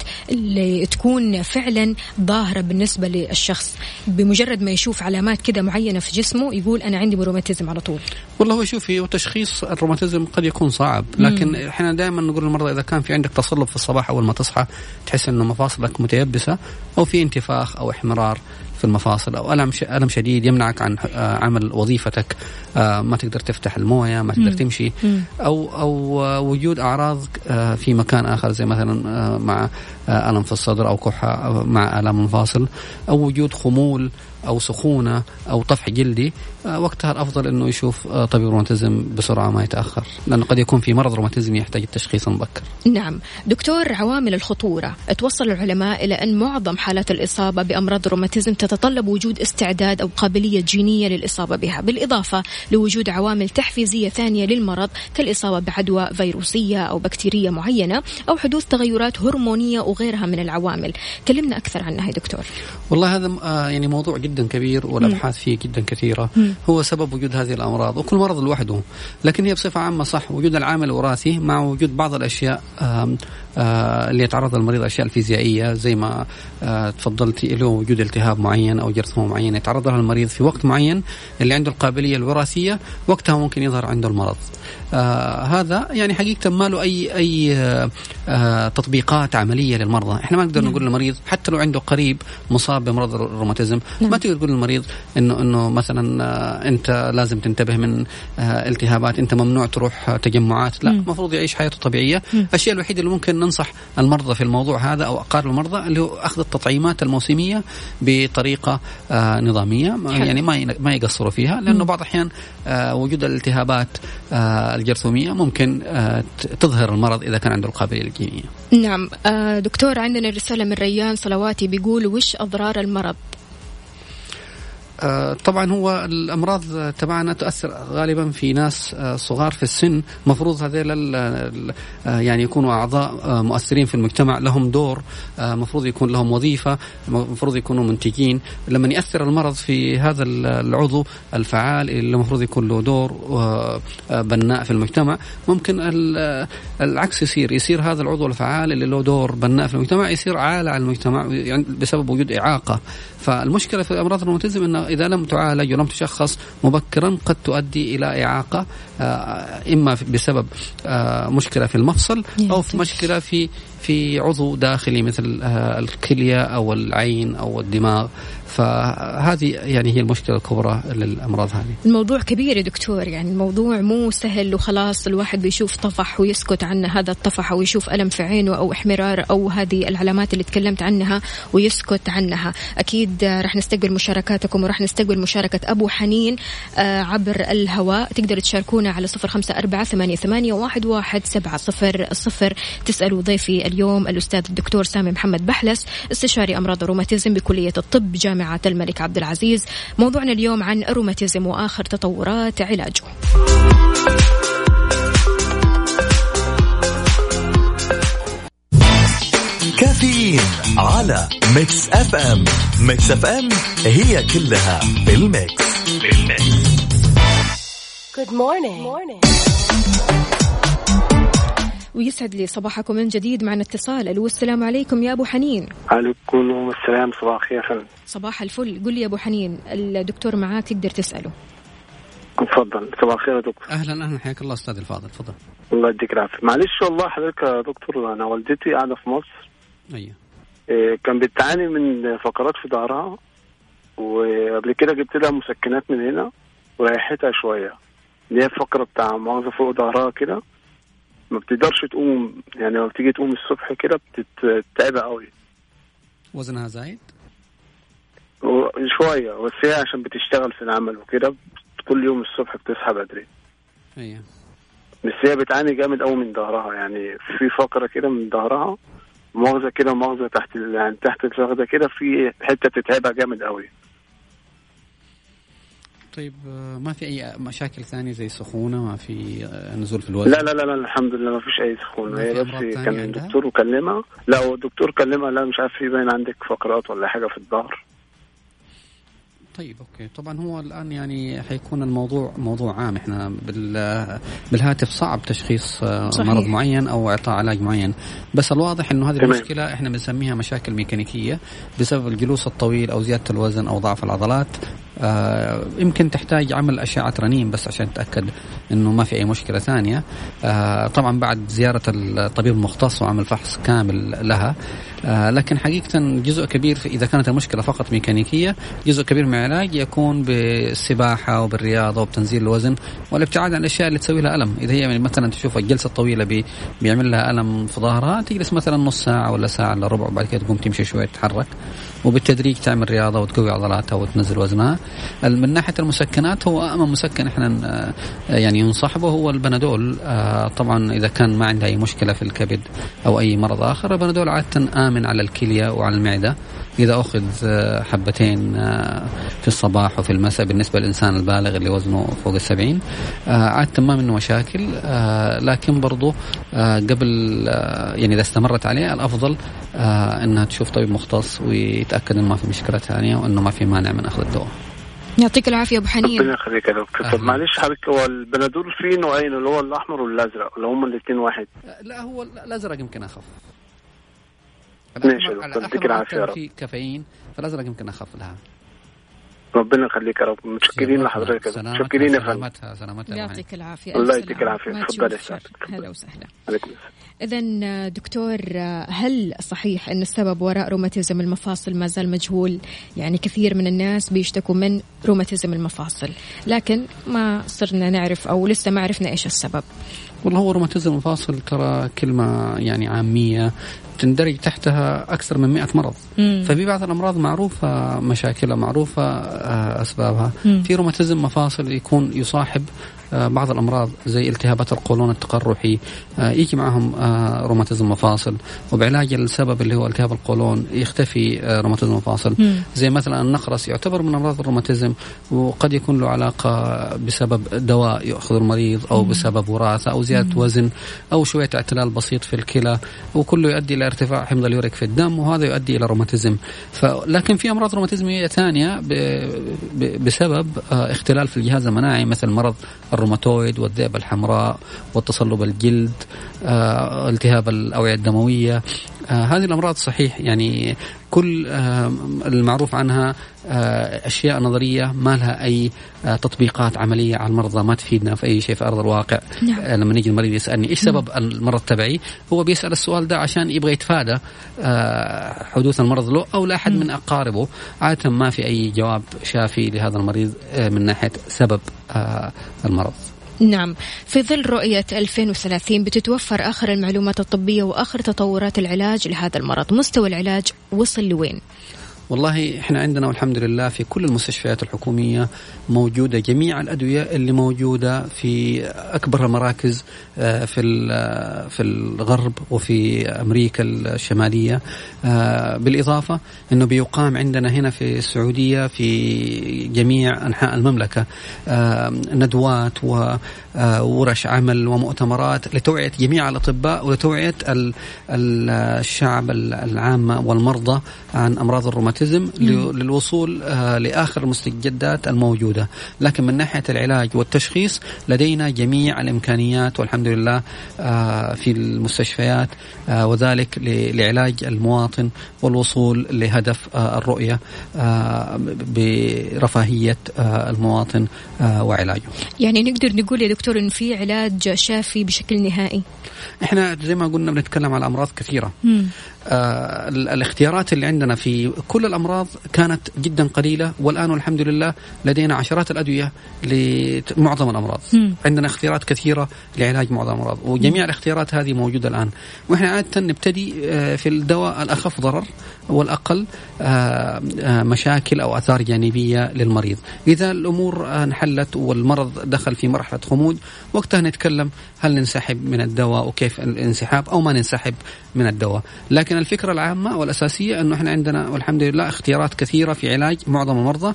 اللي تكون فعلا ظاهرة بالنسبة للشخص بمجرد ما يشوف علامات كده معينة في جسمه يقول أنا عندي روماتيزم على طول؟ والله هو شوفي، وتشخيص الروماتيزم قد يكون صعب، لكن احنا دائما نقول للمرضى إذا كان في عندك تصلب في الصباح أول ما تصحى تحس إنه مفاصلك متيبسة أو في انتفاخ أو احمرار في المفاصل أو ألم ألم شديد يمنعك عن عمل وظيفتك، ما تقدر تفتح الموية، ما تقدر تمشي، أو أو وجود أعراض في مكان آخر زي مثلا مع ألم في الصدر أو كحة مع ألم المفاصل، أو وجود خمول أو سخونة أو طفح جلدي، وقتها الأفضل إنه يشوف طبيب روماتيزم بسرعة ما يتأخر، لأنه قد يكون في مرض روماتيزم يحتاج التشخيص المبكر. نعم دكتور، عوامل الخطورة توصل العلماء إلى أن معظم حالات الإصابة بأمراض الروماتيزم تتطلب وجود استعداد أو قابلية جينية للإصابة بها، بالإضافة لوجود عوامل تحفيزية ثانية للمرض كالإصابة بعدوى فيروسية أو بكتيرية معينة أو حدوث تغيرات هرمونية وغيرها من العوامل. كلمنا أكثر عنها يا دكتور. والله هذا يعني موضوع جدا كبير والأبحاث فيه جدا كثيرة. م. هو سبب وجود هذه الأمراض، وكل مرض لوحده، لكن هي بصفة عامة صح وجود العامل الوراثي مع وجود بعض الأشياء آم آه اللي يتعرض المريض أشياء الفيزيائية زي ما آه تفضلتي، اللي هو وجود التهاب معين أو جرثومة معينة يتعرض لها المريض في وقت معين، اللي عنده القابلية الوراثية وقتها ممكن يظهر عنده المرض. آه هذا يعني حقيقة ما له أي أي آه آه تطبيقات عملية للمرضى. إحنا ما نقدر نقول للمريض حتى لو عنده قريب مصاب بمرض الروماتيزم، ما تقدر تقول للمريض إنه إنه مثلا آه أنت لازم تنتبه من آه التهابات، أنت ممنوع تروح تجمعات، لا، مفروض يعيش حياته طبيعية. الشيء الوحيد اللي ممكن ننصح المرضى في الموضوع هذا أو أقارب المرضى اللي هو أخذ التطعيمات الموسمية بطريقة آه نظامية، يعني ما ما يقصروا فيها، لأنه بعض الأحيان آه وجود الالتهابات آه الجرثومية ممكن آه تظهر المرض إذا كان عنده القابلية الجينية. نعم آه دكتور، عندنا رسالة من ريان صلواتي بيقول وش أضرار المرض؟ طبعا هو الأمراض تبعنا تؤثر غالبا في ناس صغار في السن، مفروض هذول يعني يكونوا أعضاء مؤثرين في المجتمع، لهم دور، مفروض يكون لهم وظيفة، مفروض يكونوا منتجين. لما يأثر المرض في هذا العضو الفعال اللي مفروض يكون له دور بناء في المجتمع، ممكن العكس يصير يصير هذا العضو الفعال اللي له دور بناء في المجتمع يصير عالة على المجتمع يعني بسبب وجود إعاقة. فالمشكلة في أمراض الروماتيزم إنه إذا لم تعالج ولم تشخص مبكرا قد تؤدي إلى إعاقة، إما بسبب مشكلة في المفصل أو في مشكلة في في عضو داخلي مثل الكلية أو العين أو الدماغ. فهذه يعني هي المشكلة الكبرى للأمراض هذه. الموضوع كبير يا دكتور، يعني الموضوع مو سهل وخلاص الواحد بيشوف طفح ويسكت عن هذا الطفح أو يشوف ألم في عينه أو إحمرار أو هذه العلامات اللي تكلمت عنها ويسكت عنها. أكيد رح نستقبل مشاركاتكم ورح نستقبل مشاركة أبو حنين عبر الهواء. تقدر تشاركونا على صفر خمسة أربعة ثمانية ثمانية واحد واحد سبعة صفر صفر. تسألوا ضيفي اليوم الأستاذ الدكتور سامي محمد بحلس، استشاري أمراض الروماتيزم بكلية الطب جامعة الملك عبد العزيز. موضوعنا اليوم عن الروماتيزم وآخر تطورات علاجه. كافيين على ميكس اف ام. ميكس اف ام هي كلها بالميكس. بالميكس. Good morning. morning. ويسعد لي صباحكم من جديد معنا اتصال. الو السلام عليكم يا ابو حنين. عليكم السلام، صباح الخير. صباح الفل. قل لي يا ابو حنين، الدكتور معاك تقدر تساله. تفضل. صباح الخير يا دكتور. اهلا اهلا، حياك الله استاذ الفاضل، تفضل. الله يديك العافيه. معلش والله حضرتك يا دكتور، انا والدتي قاعده في مصر. ايوه. إيه كان بتعاني من فقرات في ظهرها، وقبل كده جبت لها مسكنات من هنا وريحتها شويه. اللي هي فقره بتاع مؤاخذه فوق ظهرها كده ما بتقدرش تقوم، يعني لما بتيجي تقوم الصبح كده بتتعب قوي. وزنها زايد شويه، بس هي عشان بتشتغل في العمل وكده كل يوم الصبح بتصحى بدري. ايوه. بس هي بتعاني جامد قوي من ظهرها، يعني في فقره كده من ظهرها مؤاخذه كده مؤاخذه تحت يعني تحت الفخذه كده في حته بتتعبها جامد قوي. طيب ما في أي مشاكل ثانية زي سخونة، ما في نزول في الوزن؟ لا لا لا, لا الحمد لله ما فيش أي سخونة. هي بس كان الدكتور وكلمها، لا هو الدكتور كلمها لا مش عارف في باين عندك فقرات ولا حاجة في الظهر. طيب أوكي. طبعا هو الآن يعني حيكون الموضوع موضوع عام. إحنا بالهاتف صعب تشخيص صحيح. مرض معين أو إعطاء علاج معين، بس الواضح إنه هذه المشكلة إحنا بنسميها مشاكل ميكانيكية بسبب الجلوس الطويل أو زيادة الوزن أو ضعف العضلات. آه يمكن تحتاج عمل أشعة رنين بس عشان تتأكد إنه ما في أي مشكلة ثانية. آه طبعا بعد زيارة الطبيب المختص وعمل فحص كامل لها. آه لكن حقيقة جزء كبير إذا كانت المشكلة فقط ميكانيكية، جزء كبير من العلاج يكون بالسباحة وبالرياضة وبتنزيل الوزن والابتعاد عن الأشياء اللي تسوي لها ألم. إذا هي يعني مثلا تشوف الجلسة الطويلة بي بيعمل لها ألم في ظهرها، تجلس مثلا نص ساعة ولا ساعة إلا ربع وبعد كده تقوم تمشي شوية تتحرك، وبالتدريج تعمل رياضة وتقوي عضلاتها وتنزل وزنها. من ناحية المسكنات هو أهم مسكن إحنا يعني ينصحبه هو البنادول. طبعا إذا كان ما عنده أي مشكلة في الكبد أو أي مرض آخر، البنادول عادة آمن على الكلية وعلى المعدة إذا أخذ حبتين في الصباح وفي المساء بالنسبة للإنسان البالغ اللي وزنه فوق السبعين. عادة ما منه مشاكل، لكن برضو قبل يعني إذا استمرت عليه الأفضل أنها تشوف طبيب مختص ويتأكد أنه ما في مشكلة ثانية وأنه ما في مانع من أخذ الدواء. يعطيك العافية أبو حنين. ربنا يخليك يا دكتور. طب معلش حضرتك، هو البنادول فيه نوعين، اللي هو الأحمر والأزرق، ولا هم الاثنين واحد؟ لا هو الأزرق يمكن أخف. ماشي، يعطيك العافية يا رب. في كافيين، فالأزرق يمكن أخف لها. ربنا يخليك يا رب. متشكرين لحضرتك. متشكرين يا فندم. سلامتها. يعطيك العافية. الله يديك العافية. تفضل يا سعادتك. هلا وسهلا. عليكم. إذن دكتور، هل صحيح أن السبب وراء روماتيزم المفاصل ما زال مجهول؟ يعني كثير من الناس بيشتكوا من روماتيزم المفاصل، لكن ما صرنا نعرف أو لسه ما عرفنا إيش السبب. والله هو روماتيزم المفاصل ترى كلمة يعني عامية تندرج تحتها أكثر من مئة مرض. مم. ففي بعض الأمراض معروفة مشاكلها، معروفة أسبابها. مم. في روماتيزم مفاصل يكون يصاحب بعض الأمراض زي التهابات القولون التقرحي، يجي معهم روماتيزم مفاصل، وبعلاج السبب اللي هو التهاب القولون يختفي روماتيزم مفاصل. مم. زي مثلا النقرس يعتبر من أمراض الروماتيزم، وقد يكون له علاقة بسبب دواء يأخذ المريض أو بسبب وراثة أو زيادة وزن أو شوية اعتلال بسيط في الكلى، وكله يؤدي إلى ارتفاع حمض اليوريك في الدم، وهذا يؤدي إلى روماتيزم. لكن في أمراض روماتيزمية ثانية بسبب اختلال في الجهاز المناعي، مثل مرض الروماتويد والذئبة الحمراء والتصلب الجلد، آه، التهاب الأوعية الدموية. آه، هذه الأمراض صحيح يعني كل آه، المعروف عنها آه، أشياء نظرية ما لها أي آه، تطبيقات عملية على المرضى، ما تفيدنا في أي شيء في أرض الواقع. نعم. آه، لما نيجي المريض يسألني إيش سبب نعم. المرض تبعي، هو بيسأل السؤال ده عشان يبغى يتفادى آه، حدوث المرض له أو لا أحد من أقاربه. عادة ما في أي جواب شافي لهذا المريض آه، من ناحية سبب آه، المرض. نعم. في ظل رؤية ألفين وثلاثين بتتوفر آخر المعلومات الطبية وآخر تطورات العلاج لهذا المرض، مستوى العلاج وصل لوين؟ والله احنا عندنا والحمد لله في كل المستشفيات الحكومية موجودة جميع الأدوية اللي موجودة في أكبر المراكز في في الغرب وفي أمريكا الشمالية. بالإضافة أنه بيقام عندنا هنا في السعودية في جميع أنحاء المملكة ندوات وورش عمل ومؤتمرات لتوعية جميع الأطباء ولتوعية الشعب العامة والمرضى عن أمراض الروماتيزم للوصول آه لآخر المستجدات الموجودة. لكن من ناحية العلاج والتشخيص لدينا جميع الإمكانيات والحمد لله آه في المستشفيات، آه وذلك لعلاج المواطن والوصول لهدف آه الرؤية آه برفاهية آه المواطن آه وعلاجه. يعني نقدر نقول يا دكتور إن في علاج شافي بشكل نهائي؟ إحنا زي ما قلنا بنتكلم على أمراض كثيرة. مم. آه الاختيارات اللي عندنا في كل الأمراض كانت جدا قليلة، والآن والحمد لله لدينا عشرات الأدوية لمعظم الأمراض. م. عندنا اختيارات كثيرة لعلاج معظم الأمراض، وجميع م. الاختيارات هذه موجودة الآن. وإحنا عادة نبتدي في الدواء الأخف ضرر والأقل مشاكل أو آثار جانبية للمريض. إذا الأمور انحلت والمرض دخل في مرحلة خمود، وقتها نتكلم هل ننسحب من الدواء وكيف الانسحاب أو ما ننسحب من الدواء. لكن الفكرة العامة والأساسية أنه إحنا عندنا والحمد لله اختيارات كثيرة في علاج معظم المرضى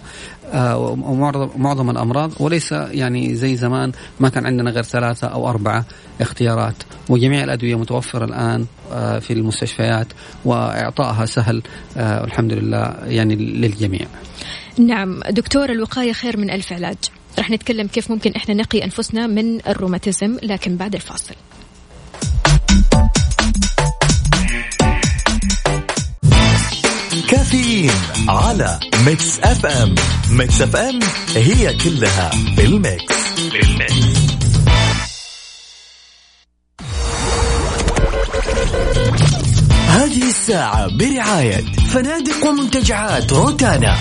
ومعظم الأمراض، وليس يعني زي زمان ما كان عندنا غير ثلاثة أو أربعة اختيارات. وجميع الأدوية متوفرة الآن في المستشفيات وإعطائها سهل والحمد لله يعني للجميع. نعم دكتور، الوقاية خير من ألف علاج. رح نتكلم كيف ممكن إحنا نقي أنفسنا من الروماتيزم، لكن بعد الفاصل. كافيين على ميكس اف ام. ميكس اف ام هي كلها بالميكس. بالميكس. هذه الساعة برعاية فنادق ومنتجعات روتانا.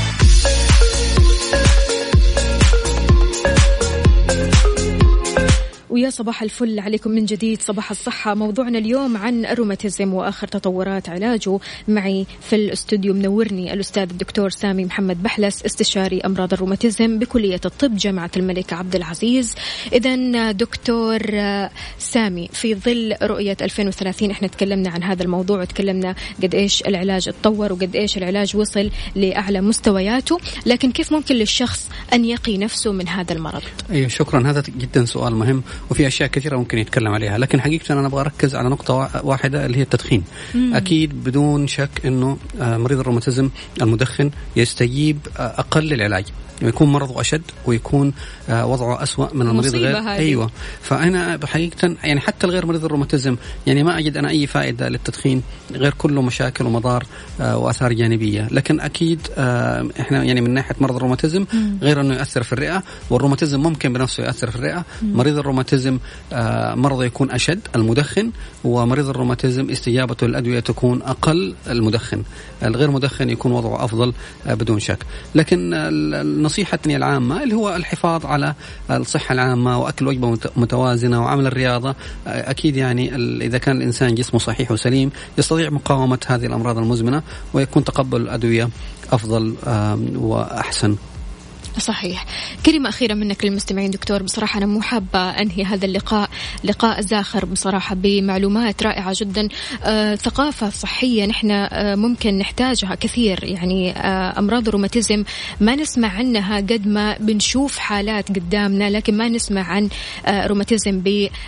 ويا صباح الفل عليكم من جديد، صباح الصحة. موضوعنا اليوم عن الروماتيزم وآخر تطورات علاجه. معي في الاستوديو منورني الأستاذ الدكتور سامي محمد بحلس، استشاري أمراض الروماتيزم بكلية الطب جامعة الملك عبد العزيز. إذن دكتور سامي، في ظل رؤية ألفين وثلاثين احنا تكلمنا عن هذا الموضوع وتكلمنا قد إيش العلاج اتطور وقد إيش العلاج وصل لأعلى مستوياته، لكن كيف ممكن للشخص أن يقي نفسه من هذا المرض؟ أيوة شكرا، هذا جدا سؤال مهم وفي أشياء كثيرة ممكن يتكلم عليها، لكن حقيقة أنا أبغى أركز على نقطة واحدة اللي هي التدخين. مم. أكيد بدون شك إنه مريض الروماتيزم المدخن يستجيب أقل للعلاج، يكون مرضه أشد ويكون وضعه أسوأ من المريض غير. أيوة، فأنا بحقيقة يعني حتى الغير مريض الروماتيزم يعني ما أجد أنا أي فائدة للتدخين، غير كله مشاكل ومضار وآثار جانبية. لكن أكيد إحنا يعني من ناحية مرض الروماتيزم غير أنه يؤثر في الرئة، والروماتيزم ممكن بنفسه يؤثر في الرئة. مريض الروماتيزم مرضه يكون أشد المدخن، ومريض الروماتيزم استجابته للأدوية تكون أقل المدخن. الغير مدخن يكون وضعه أفضل بدون شك. لكن نصيحتني العامة اللي هو الحفاظ على الصحة العامة وأكل وجبة متوازنة وعمل الرياضة. أكيد يعني إذا كان الإنسان جسمه صحيح وسليم يستطيع مقاومة هذه الأمراض المزمنة ويكون تقبل الأدوية أفضل وأحسن. صحيح. كلمة أخيرة منك للمستمعين دكتور. بصراحة أنا مو حابة أنهي هذا اللقاء لقاء زاخر بصراحة بمعلومات رائعة جدا، آه، ثقافة صحية نحن آه، ممكن نحتاجها كثير. يعني آه، أمراض الروماتيزم ما نسمع عنها قد ما بنشوف حالات قدامنا، لكن ما نسمع عن آه، روماتيزم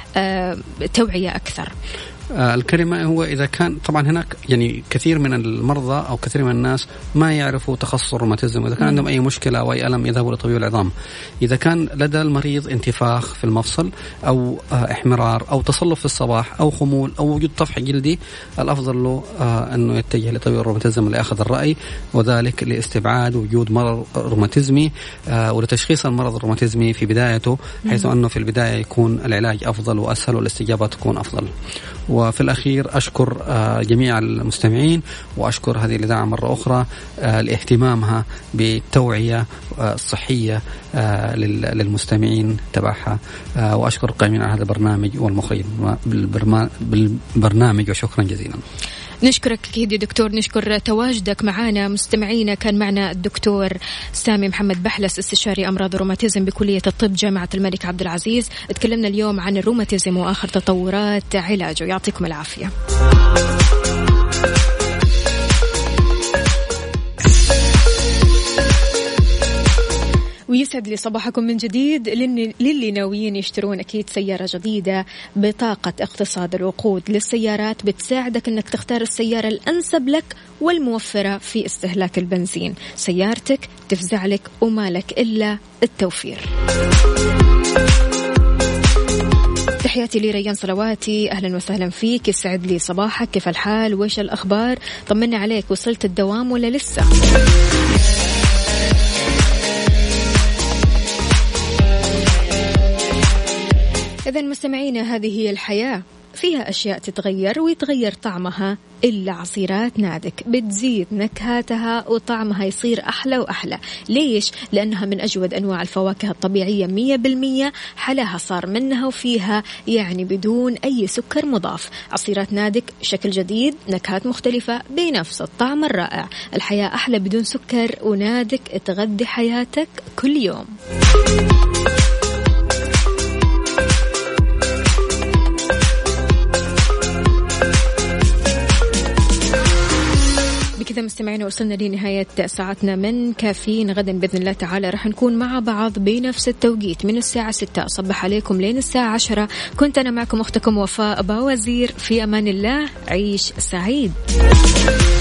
بتوعية أكثر. آه الكلمة هو إذا كان طبعا هناك يعني كثير من المرضى أو كثير من الناس ما يعرفوا تخصص الروماتيزم، إذا كان عندهم أي مشكلة أو أي ألم يذهبوا لطبيب العظام. إذا كان لدى المريض انتفاخ في المفصل أو آه احمرار أو تصلب في الصباح أو خمول أو وجود طفح جلدي، الأفضل له آه أنه يتجه لطبيب الروماتيزم لأخذ الرأي، وذلك لاستبعاد وجود مرض روماتيزمي آه ولتشخيص المرض الروماتيزمي في بدايته، حيث أنه في البداية يكون العلاج أفضل وأسهل والاستجابة تكون أفضل. وفي الأخير أشكر جميع المستمعين وأشكر هذه الإذاعة مرة أخرى لاهتمامها بالتوعية الصحية للمستمعين تبعها، وأشكر القائمين على هذا البرنامج والمخرجين بالبرنامج، وشكرا جزيلا. نشكرك أكيد يا دكتور، نشكر تواجدك معنا. مستمعينا كان معنا الدكتور سامي محمد بحلس، استشاري أمراض الروماتيزم بكلية الطب جامعة الملك عبد العزيز. اتكلمنا اليوم عن الروماتيزم وآخر تطورات علاجه. يعطيكم العافية. ويسعد لي صباحكم من جديد. للي ناويين يشترون أكيد سيارة جديدة، بطاقة اقتصاد الوقود للسيارات بتساعدك أنك تختار السيارة الأنسب لك والموفرة في استهلاك البنزين. سيارتك تفزع لك ومالك إلا التوفير. تحياتي لي ريان صلواتي، أهلا وسهلا فيك، يسعد لي صباحك. كيف الحال وإيش الأخبار؟ طمنا عليك، وصلت الدوام ولا لسه؟ إذن مستمعينا، هذه هي الحياة، فيها أشياء تتغير ويتغير طعمها، إلا عصيرات نادك بتزيد نكهاتها وطعمها يصير أحلى وأحلى. ليش؟ لأنها من أجود أنواع الفواكه الطبيعية مية بالمية، حلاها صار منها وفيها يعني بدون أي سكر مضاف. عصيرات نادك شكل جديد، نكهات مختلفة بنفس الطعم الرائع. الحياة أحلى بدون سكر، ونادك تغذي حياتك كل يوم. كذا مستمعينا وصلنا لنهاية ساعتنا من كافيين. غدا بإذن الله تعالى رح نكون مع بعض بنفس التوقيت من الساعة ستة. أصبح عليكم لين الساعة عشرة. كنت أنا معكم أختكم وفاء باوزير. في أمان الله، عيش سعيد.